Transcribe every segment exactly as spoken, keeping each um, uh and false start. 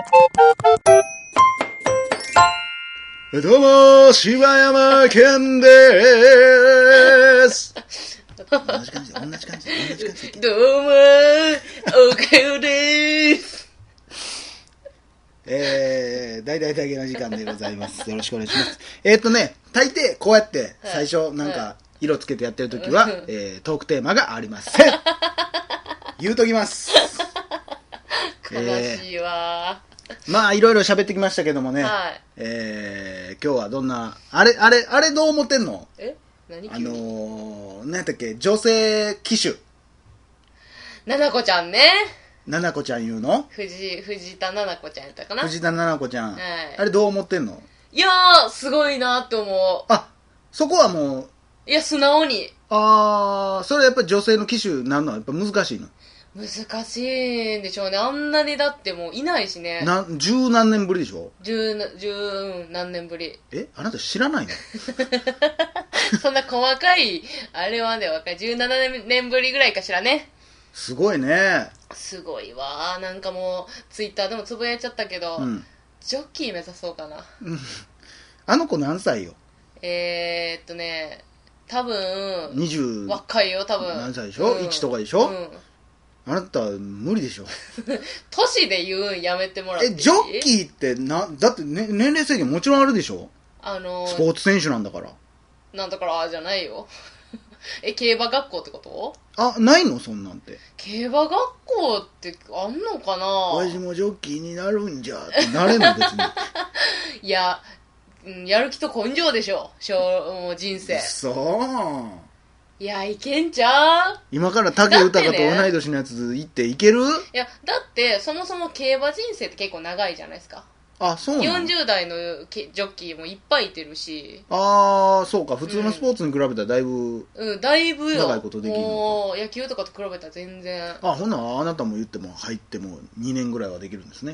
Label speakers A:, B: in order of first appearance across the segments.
A: どうも、柴山健でーす。同じ感じ、同じ感じ、同じ感じ。
B: どうも、おかよでーす。
A: えー、大々大げな時間でございます。よろしくお願いします。えーっとね、大抵こうやって最初なんか色つけてやってるときは、えー、トークテーマがありません。言うときます。
B: 悲しいわー。
A: まあいろいろ喋ってきましたけどもね、
B: はい、
A: えー、今日はどんなあれあれあれどう思ってんの？
B: え何
A: あのー、何やったっけ、女性騎手
B: ななこちゃんね。
A: ななこちゃん言うの？
B: 藤藤田ななこちゃんやったかな。
A: 藤田ななこちゃん、
B: はい、
A: あれどう思ってんの？
B: いやーすごいなって思う。
A: あ、そこはもう、
B: いや素直に。
A: あー、それやっぱり女性の騎手になるのはやっぱ難しいの？
B: 難しいんでしょうね。あんなにだってもういないしね。
A: な十何年ぶりでしょ？
B: 十十何年ぶり。
A: え、あなた知らないの？
B: そんな細かいあれはね、若いじゅうななねんぶりぐらいかしらね。
A: すごいね。
B: すごいわ。なんかもうツイッターでもつぶやいちゃったけど、うん、ジョッキー目指そうかな。
A: あの子何歳よ？
B: えー、っとね多分
A: にじゅう
B: 若いよ多分。
A: 何歳でしょ？うん、いちとかでしょ？うん、あなた無理でしょ。
B: 年で言うんやめてもらっていい？
A: え、ジョッキーってな、だって、ね、年齢制限もちろんあるでしょ？あのー、スポーツ選手なんだから。
B: なんだからじゃないよ。え、競馬学校ってこと？
A: あ、ないのそんなんて。
B: 競馬学校ってあんのかな？
A: わしもジョッキーになるんじゃってなれんの別に。
B: いや、やる気と根性でしょ、もう人生。
A: そう。
B: いや、いけんちゃう？
A: 今から武豊と同い年のやつ行っていける？
B: いや、だってそもそも競馬人生って結構長いじゃないですか。
A: あ、そうなの？よん
B: よんじゅう代のジョッキーもいっぱいいてるし。
A: ああ、そうか。普通のスポーツに比べたらだいぶ、
B: うん、だいぶよ。
A: 長いことできるのか。
B: もう野球とかと比べたら全然。
A: あ、ほなあなたも言っても入ってもにねんぐらいはできるんですね。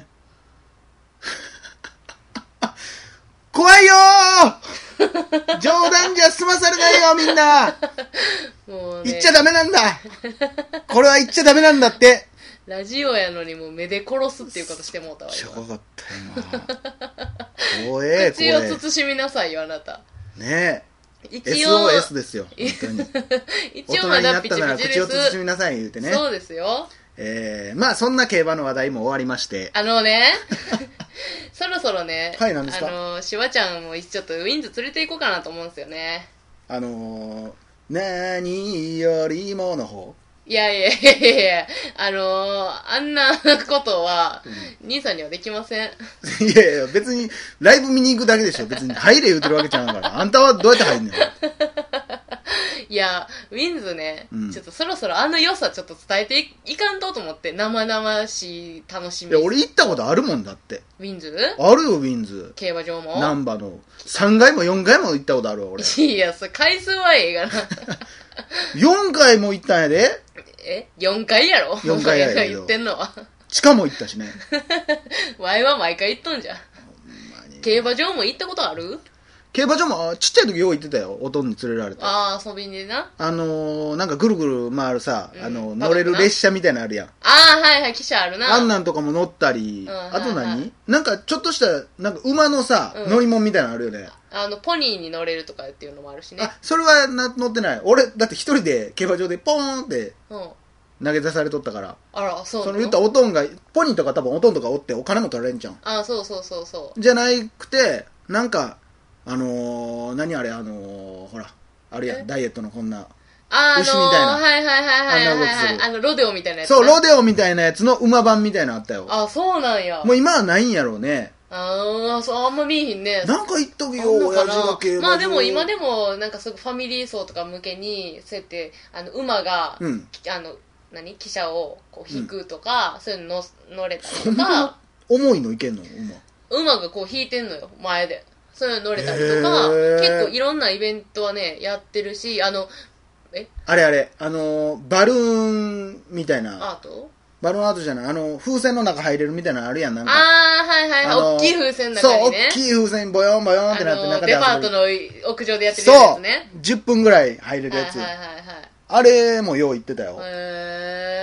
A: 怖いよー。冗談じゃ済まされないよみんな。もう、ね、言っちゃダメなんだ。これは言っちゃダメなんだって。
B: ラジオやのにもう目で殺すっていうことしてもうたわよ。
A: 怖かったよな。怖え、
B: 口を慎みなさいよあなた。
A: ねえ。
B: 一
A: 応 エスオーエス ですよ。本当に。
B: 一応まだピチピチです。大人になったなら
A: 口を慎みなさい言うてね。
B: そうですよ。
A: えー、まあそんな競馬の話題も終わりまして。
B: あのね。そろそろね、
A: はい、何ですか？
B: あのー、シュワちゃんもちょっとウィンズ連れて行こうかなと思うんですよね。
A: あのー、何よりもの方？
B: いやいやいやいや、あのー、あんなことは、うん、兄さんにはできません。
A: いやいや、別にライブ見に行くだけでしょ。別に入れ言うてるわけちゃうから。あんたはどうやって入んねん。
B: いや、ウィンズね、うん、ちょっとそろそろあの良さちょっと伝えて い, いかんとと思って、生々しい楽しみ。
A: いや、俺行ったことあるもんだって。
B: ウィンズ？
A: あるよ、ウィンズ。
B: 競馬場も？
A: 難波の。さんかいもよんかいも行ったことあるわ、俺。
B: いや、それ回数はええがな。
A: よんかいも行ったんやで。
B: え ?よんかいやろ？
A: よんかいやけど。
B: 言ってんのは。
A: 地下も行ったしね。
B: ワイは毎回行っとんじゃん。競馬場も行ったことある？
A: 競馬場もちっちゃい時よう行ってたよ。おとんに連れられて。
B: ああ、遊びにな。
A: あのー、なんかぐるぐる回るさ、うん、あの乗れる列車みたいなのあるやん。あ
B: あ、はいはい、汽車あるな。
A: あんなんとかも乗ったり、うん、あと何、はいはい、なんかちょっとしたなんか馬のさ、うん、乗り物みたいなのあるよね。
B: あのポニーに乗れるとかっていうのもあるしね。
A: あ、それはな乗ってない。俺だって一人で競馬場でポーンって投げ出されとったから。
B: あら、そうなの？
A: その言ったおとんがポニーとか多分おとんとかおってお金も取られんじゃん。
B: あ、そうそうそうそう。
A: じゃなくてなんかあのー、何あれあのー、ほらあるやんダイエットのこんな
B: あ、あのー、
A: 牛みたいな、
B: はいはいはいはいはいはい、あのロデオみたいなやつ、
A: そうロデオみたいなやつの馬版みたいなのあったよ。
B: あ、そうなんや。
A: もう今はないんやろうね。
B: ああ、そう、あんま見えひんね。
A: なんか言っとくよ親父が競馬場。
B: まあでも今でもなんかすごくファミリー層とか向けにそうやってあの馬が、うん、あの何汽車をこう引くとか、うん、そういうの乗れたりとか。
A: 重いのいけんの
B: 馬？馬がこう引いてんのよ前で。そういうの乗れたりとか、結構いろんなイベントはねやってるし、あのえ
A: あれあれあのバルーンみたいな
B: アート？
A: バルーンアートじゃない、あの風船の中入れるみたいなのあるやん。なんか
B: ああ、はいはいはい、大きい風船の中にね。
A: そう、大きい風船ボヨンボヨンってなって中で
B: デパートの屋上でやってるやつね。
A: そう、じゅっぷんぐらい入れるやつ。
B: はいはいはいはい。
A: あれもよう言ってたよ。
B: へ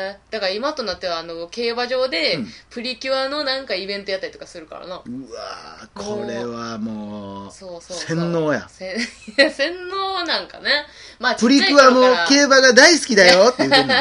B: えだから今となってはあの競馬場で、
A: うん、
B: プリキュアのなんかイベントやったりとかするからな。
A: うわこれはもう
B: そうそうそう
A: 洗脳や
B: せ洗脳なんかね、まあ、
A: プリキュアも競馬が大好きだよって言ってんの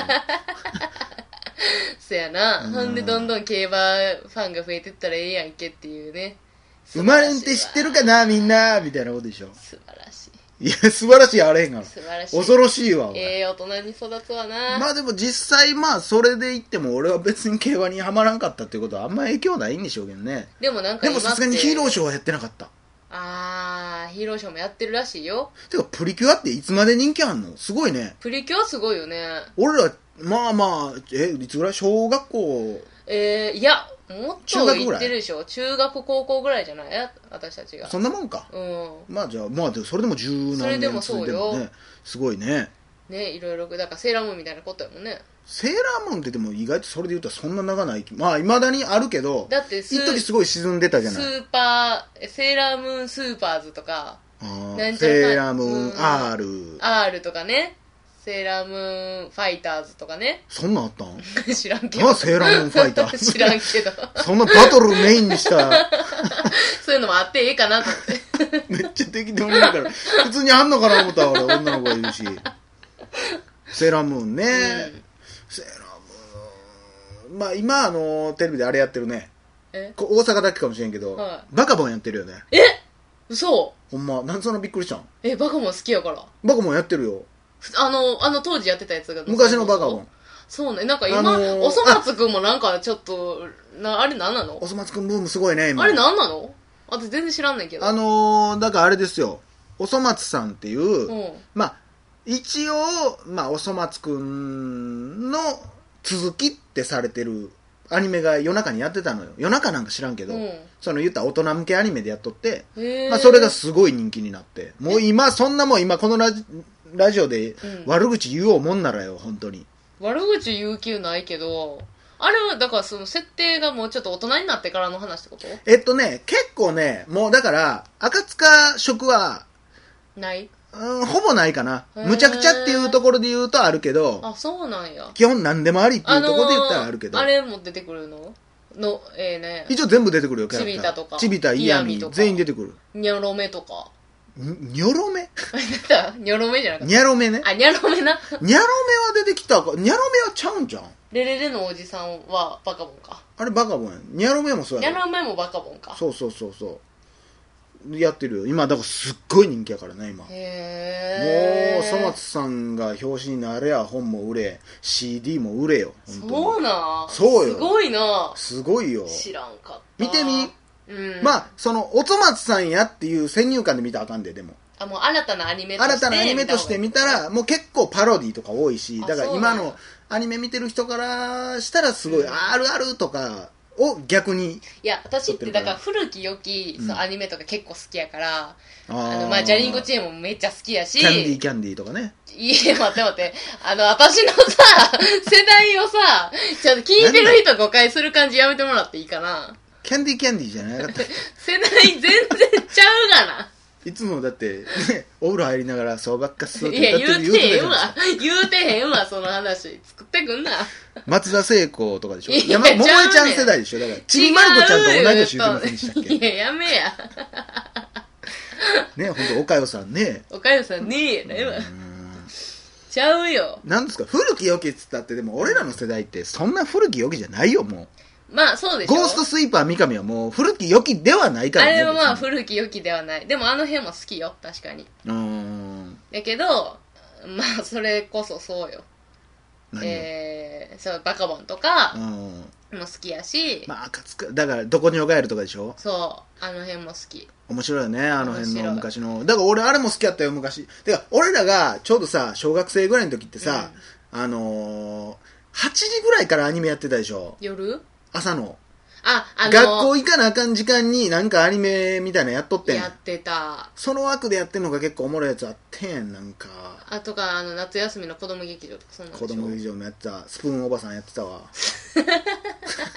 B: そやな、ほんでどんどん競馬ファンが増えてったらええやんけっていうね。
A: 生まれんって知ってるかなみんなみたいなことでしょ。
B: 素晴らし
A: い。いや素晴らしいあれへんから。
B: 素晴らしい。
A: 恐ろしいわ。
B: ええー、大人に育つわな。
A: まあでも実際まあそれで言っても俺は別に競馬にはまらんかったっていうことはあんま影響ないんでしょうけどね。
B: でもなんか
A: でもさすがにヒーローショーはやってなかった。
B: あー、ヒーローショーもやってるらしいよ。
A: てかプリキュアっていつまで人気あんの？すごいね。
B: プリキュアすごいよね。
A: 俺らまあまあえいつぐらい小学校
B: えー、いやもっと行ってるでしょ。中学高校ぐらいじゃない私たちが。
A: そんなもんか。
B: うん。
A: まあじゃあまあそれでも十何年
B: それでもそうよ、
A: ね、すごいね。
B: ね、いろいろだからセーラームーンみたいなことやもんね。
A: セーラームーンってでも意外とそれで言うとそんな長ないまあいまだにあるけど、
B: だって一
A: 時すごい沈んでたじゃない。
B: スーパーセーラームーンスーパーズとか、
A: あセーラームーン R
B: R とかね、セーラームーンファイターズとかね。
A: そんなんあったん
B: 知らんけど。
A: まあセーラームーンファイターズ
B: 知らんけど
A: そんなバトルメインにした
B: そういうのもあってええかなと思って
A: めっちゃ適当に言うから普通にあんのかな思ったわ俺。女の子がいるしセーラームーンね、うん、セーラームーンまあ今あのテレビであれやってるね。え大阪だけかもしれんけど、はい、バカボンやってるよね。
B: え嘘
A: ほんまなんでそんなびっくりしたん。
B: えバカボン好きやから。
A: バカボンやってるよ。
B: あのあの当時やってたやつが
A: 昔のバカボン。
B: そうね、なんか今、あのー、おそ松くんもなんかちょっとなあれなんなの。
A: おそ松くんブームすごいね今。
B: あれなんなの。私全然知らんねんけど。
A: あのー、だからあれですよ、おそ松さんっていう、うん、まあ一応、まあ、おそ松くんの続きってされてるアニメが夜中にやってたのよ。夜中なんか知らんけど、うん、その言ったら大人向けアニメでやっとって、まあ、それがすごい人気になって、もう今そんなもん今このラジラジオで悪口言おうもんならよ、本当に。
B: 悪口言う気ないけど、あれはだからその設定がもうちょっと大人になってからの話ってこと？
A: えっとね、結構ね、もうだから赤塚色は
B: ない、
A: うん、ほぼないかな。むちゃくちゃっていうところで言うとあるけど、
B: あ、そうなんや。
A: 基本何でもありっていうところで言ったらあるけど、
B: あのー、あれも出てくるのの、えーね、
A: 一応全部出てくるよ。キャラクター
B: チビタとか
A: チビタ、イヤミ全員出てくる。
B: ニョロメとか
A: ニョロメ
B: ニョロメじゃなかった。
A: ニャロメね。
B: あ、ニャロメな。
A: ニャロメは出てきたか。ニャロメはちゃうんじゃん。
B: レレレのおじさんはバカボンか。
A: あれバカボンやん。ニャロメもそうや
B: ろ。ニャロメもバカボンか。
A: そうそうそうそうやってるよ今。だからすっごい人気やからね今。へー。もうそ松さんが表紙になれや本も売れ シーディー も売れよ。
B: そうな。
A: そうよ。
B: すごいな。
A: すごいよ。
B: 知らんかった。
A: 見てみ。うん、まあそのおそ松さんやっていう先入観で見たらあかんで。でも
B: あ、もう新たなアニメとして
A: 新たなアニメとして見たらもう結構パロディとか多いし、だから今のアニメ見てる人からしたらすごい、うん、あるあるとかを逆に。
B: いや私ってだから古き良き、うん、そうアニメとか結構好きやから、あのまあジャリンコチェーンもめっちゃ好きやし、
A: キャンディーキャンディーとかね。
B: いや待って待って、あの私のさ世代をさちょっと聞いてる人誤解する感じやめてもらっていいかな。
A: キャンディーキャンディーじゃなかった
B: 世代全然ちゃうがな。
A: いつもだってねお風呂入りながらそうばっかす
B: って歌ってる。いや言うてへんわ言うてへんわその話作ってくんな。松
A: 田聖子とかでしょ。いや桃江ちゃん世代でしょ。だからちびまる子ちゃんと同い年言うてませんでしたっけ。
B: いややめや
A: ねほんとおかよさんね。
B: おかよさんねえわちゃうよ。
A: なんですか古き良きっつったって。でも俺らの世代ってそんな古き良きじゃないよもう。
B: まあそうでしょ。
A: ゴーストスイーパー三上はもう古き良きではないからね。
B: あれはまあ古き良きではない。でもあの辺も好きよ確かに。うーん。やけどまあそれこそそうよ。えー、そうバカボンとかも好きやし。
A: まあ赤塚だからどこにおかえるとかでしょ。
B: そうあの辺も好き。
A: 面白いよねあの辺の昔の。だから俺あれも好きやったよ昔。てか俺らがちょうどさ小学生ぐらいの時ってさ、うん、あのー、はちじぐらいからアニメやってたでしょ。
B: 夜
A: 朝の。
B: あ、あのー、
A: 学校行かなあかん時間になんかアニメみたいなのやっとってん。
B: やってた。
A: その枠でやってんのが結構おもろいやつあってんなんか。
B: あとかあの夏休みの子供劇場とかそんな
A: 子供劇場もやってた。スプーンおばさんやってたわ。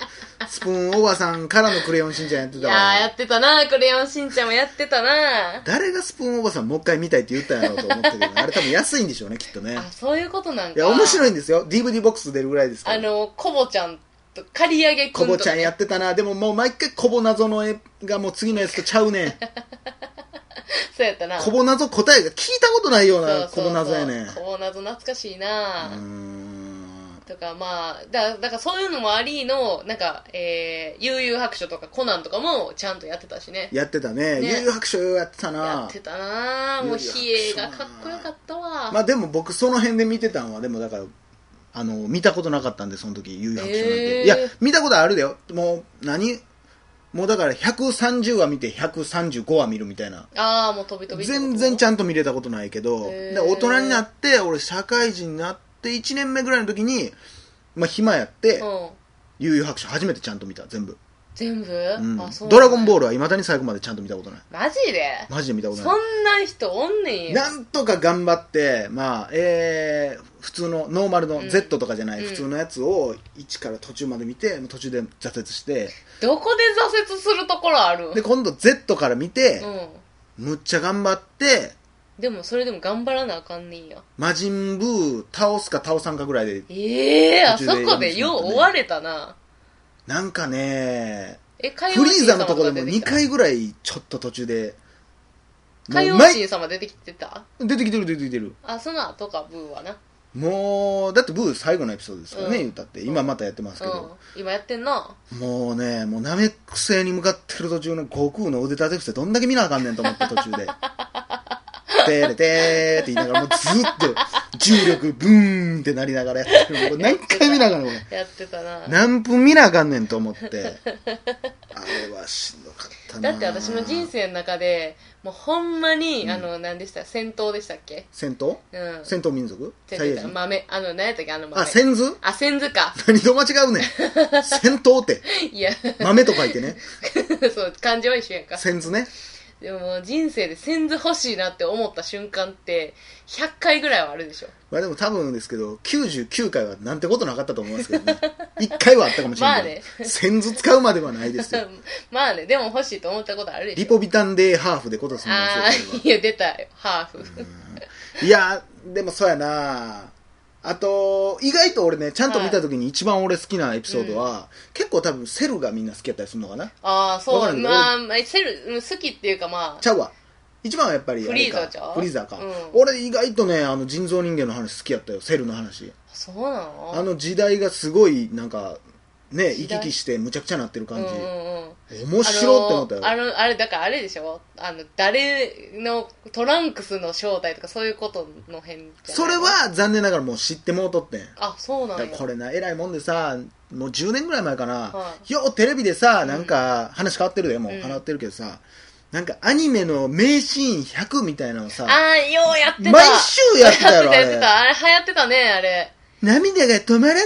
A: スプーンおばさんからのクレヨンしんちゃんやってたわ。
B: いやーやってたな、クレヨンしんちゃんもやってたな。
A: 誰がスプーンおばさんもう一回見たいって言ったんやろうと思ったけど、あれ多分安いんでしょうね、きっとね。
B: あ、そういうことなんか。
A: いや、面白いんですよ。ディーブイディー ボックス出るぐらいですから。
B: あの、コボちゃんと、刈り上げくんと、ね。
A: コボちゃんやってたな。でももう毎回コボ謎の絵がもう次のやつとちゃうね。
B: そうやったな。
A: コボ謎答えが聞いたことないようなコボ謎やね。
B: コボ謎懐かしいな。
A: うーん。
B: とかまあだだからそういうのもありのなんか、えー、悠々白書とかコナンとかもちゃんとやってたしね。
A: やってたね。悠々白書やってたな。
B: やってたな。もう比叡がかっこよかったわ。
A: まあでも僕その辺で見てたんはでもだからあの見たことなかったんでその時悠々白書なんて、えー、いや見たことあるだよ。もう何もうだからひゃくさんじゅうわ見てひゃくさんじゅうごわ見るみたいな。
B: ああもう飛び飛び
A: 全然ちゃんと見れたことないけど、で大人になって俺社会人になっていちねんめぐらいの時にまあ暇やって、うん、悠々白書初めてちゃんと見た全部
B: 全部、
A: うん、あそうドラゴンボールはいまだに最後までちゃんと見たことない。
B: マジで
A: マジで見たことない。
B: そんな人おんねんよ。
A: なんとか頑張ってまあえー、普通のノーマルの Z とかじゃない、うん、普通のやつをいちから途中まで見て途中で挫折して。
B: どこで挫折するところある？
A: で今度 Z から見て、うん、むっちゃ頑張って
B: でもそれでも頑張らなあかんねんや。
A: 魔人ブー倒すか倒さんかぐらいで。
B: ええー、あそこでよう追われたな。
A: なんかねえフリーザのとこでもにかいぐらいちょっと途中で
B: 海王神様出てきてた？
A: 出てきてる出てきてる。
B: あその後かブーはな。
A: もうだってブー最後のエピソードですからね、うん、言ったって今またやってますけど、
B: うん、今やってんな。
A: もうねもうナメック星に向かってる途中の悟空の腕立て伏せどんだけ見なあかんねんと思って途中でてーれてーって言いながらもうずっと重力ブーンってなりながらやってる。何回見なあかんねんこれ。
B: やってたな。
A: 何分見なあかんねんと思ってあれはしんどかったな。
B: だって私の人生の中でもうほんまに、うん、あの何でした戦闘でしたっけ？戦
A: 闘？うん戦闘民族？
B: 豆あの何やったっけあの豆。
A: あ先図？
B: あ先図か。
A: 何と間違うねん戦闘っていや豆と書いてね
B: そう漢字は一緒やんか。
A: 先図ね。
B: でも人生で先図欲しいなって思った瞬間ってひゃっかいぐらいはあるでしょ。
A: まあでも多分ですけどきゅうじゅうきゅうかいはなんてことなかったと思いますけどねいっかいはあったかもしれない。まあね先図使うまではないですよ
B: まあねでも欲しいと思ったことあるでしょ。
A: リポビタンデーハーフでことすんですよ。
B: ああいや出たよハーフ
A: いやでもそうやな。あと意外と俺ねちゃんと見た時に一番俺好きなエピソードは、はいうん、結構多分セルがみんな好きやったりするのかな。
B: ああそうまあセル好きっていうかまあ
A: ちゃうわ一番はやっぱり
B: フリーザーちゃう
A: フリーザーか、うん、俺意外とねあの人造人間の話好きやったよセルの話。
B: そうなの？
A: あの時代がすごいなんかね行き来してむちゃくちゃなってる感じ、うんうんうん、面白って思ったよ。
B: あのあれだからあれでしょあの誰のトランクスの正体とかそういうことの辺じゃない？
A: それは残念ながらもう知ってもうとってん。
B: あそうなんや。
A: これな偉いもんでさもうじゅうねんぐらい前かな、はい、ようテレビでさなんか話変わってるでもう変わってるけどさ、うんなんかアニメの名シーンひゃくみたいなのさ
B: あーようやってた
A: 毎週やってたやろあれ
B: やってたあれ流行ってたねあれ。
A: 涙が止まらない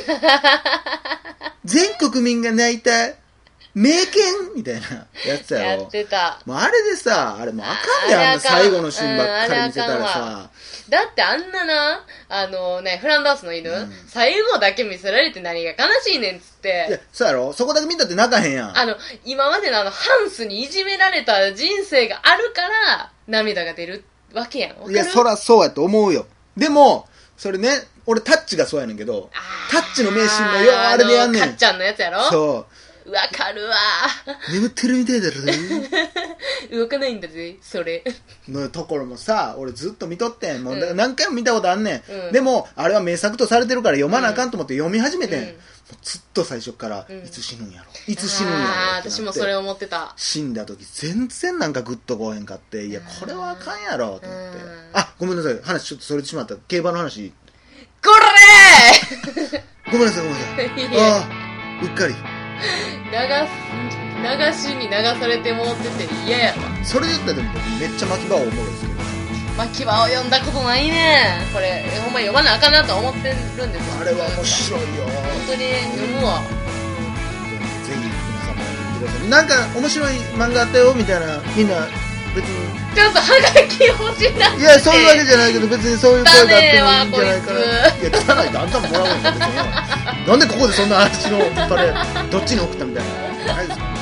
A: 全国民が泣いた名犬みたいなやつやろ。
B: やってた。
A: もうあれでさあれもうあかんねん あ, あんな最後のシーンばっかり見せたらさ、
B: うん、だってあんななあのねフランダースの犬、うん、最後だけ見せられて何が悲しいねんっつって。
A: いやそうやろそこだけ見たって泣かへんやん。
B: あの今までのあのハンスにいじめられた人生があるから涙が出るわけやん。
A: いやそらそうやと思うよ。でもそれね俺タッチがそうやねんけどタッチの名シーンもようあれでやんねん。
B: かっちゃんのやつやろ。そうわかるわ
A: 眠ってるみたいだろ
B: 動かないんだぜそれ
A: のところもさ俺ずっと見とってんもう、うん、何回も見たことあんねん、うん、でもあれは名作とされてるから読まなあかんと思って読み始めてん、うん、もうずっと最初から、うん、いつ死ぬんやろいつ死ぬんやろ
B: あ私もそれ思ってた。
A: 死んだ時全然なんかグッとこうへんかっていやこれはあかんやろと思ってあごめんなさい話ちょっとそれてしまった競馬の話
B: これ
A: ごめんなさいごめんなさいああうっかり
B: 流す流しに流されてもってて嫌やわ。
A: それ言ったらでもめっちゃ巻き場はおもろいですけど
B: 巻き場を読んだことないねこれほんま読まなあかんなと思ってるんですよ。
A: あれは面白いよ
B: 本当に読むわ、
A: うん、ぜひ皆さんも読んでください。なんか面白い漫画あったよみたいなみんな別に
B: ちょっとハガキ欲しいなって。
A: いやそういうわけじゃないけど、別にそういう声があってもいいんじゃないかな。
B: ダメ
A: いや汚いとあんたももらうんだ別によ。なんでここでそんな話の引っ張れどっちに送ったみたいなないですか。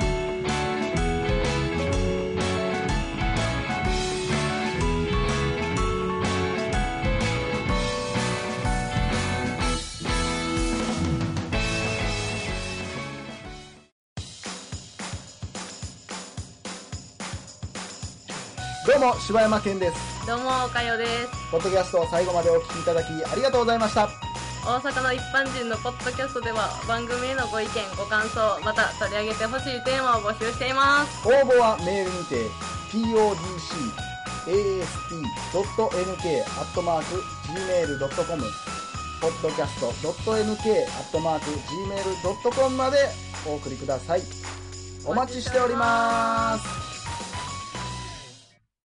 A: どうも柴山健です。
B: どうもおかよです。
A: ポッドキャストを最後までお聞きいただきありがとうございました。
B: 大阪の一般人のポッドキャストでは番組へのご意見ご感想また取り上げてほしいテーマを募集しています。
A: 応募はメールにて ポッドキャスト ドットエヌケー アットマーク ジーメール ドットコム ポッドキャスト ドットエヌケー アットマーク ジーメール ドットコム までお送りください。お待ちしております。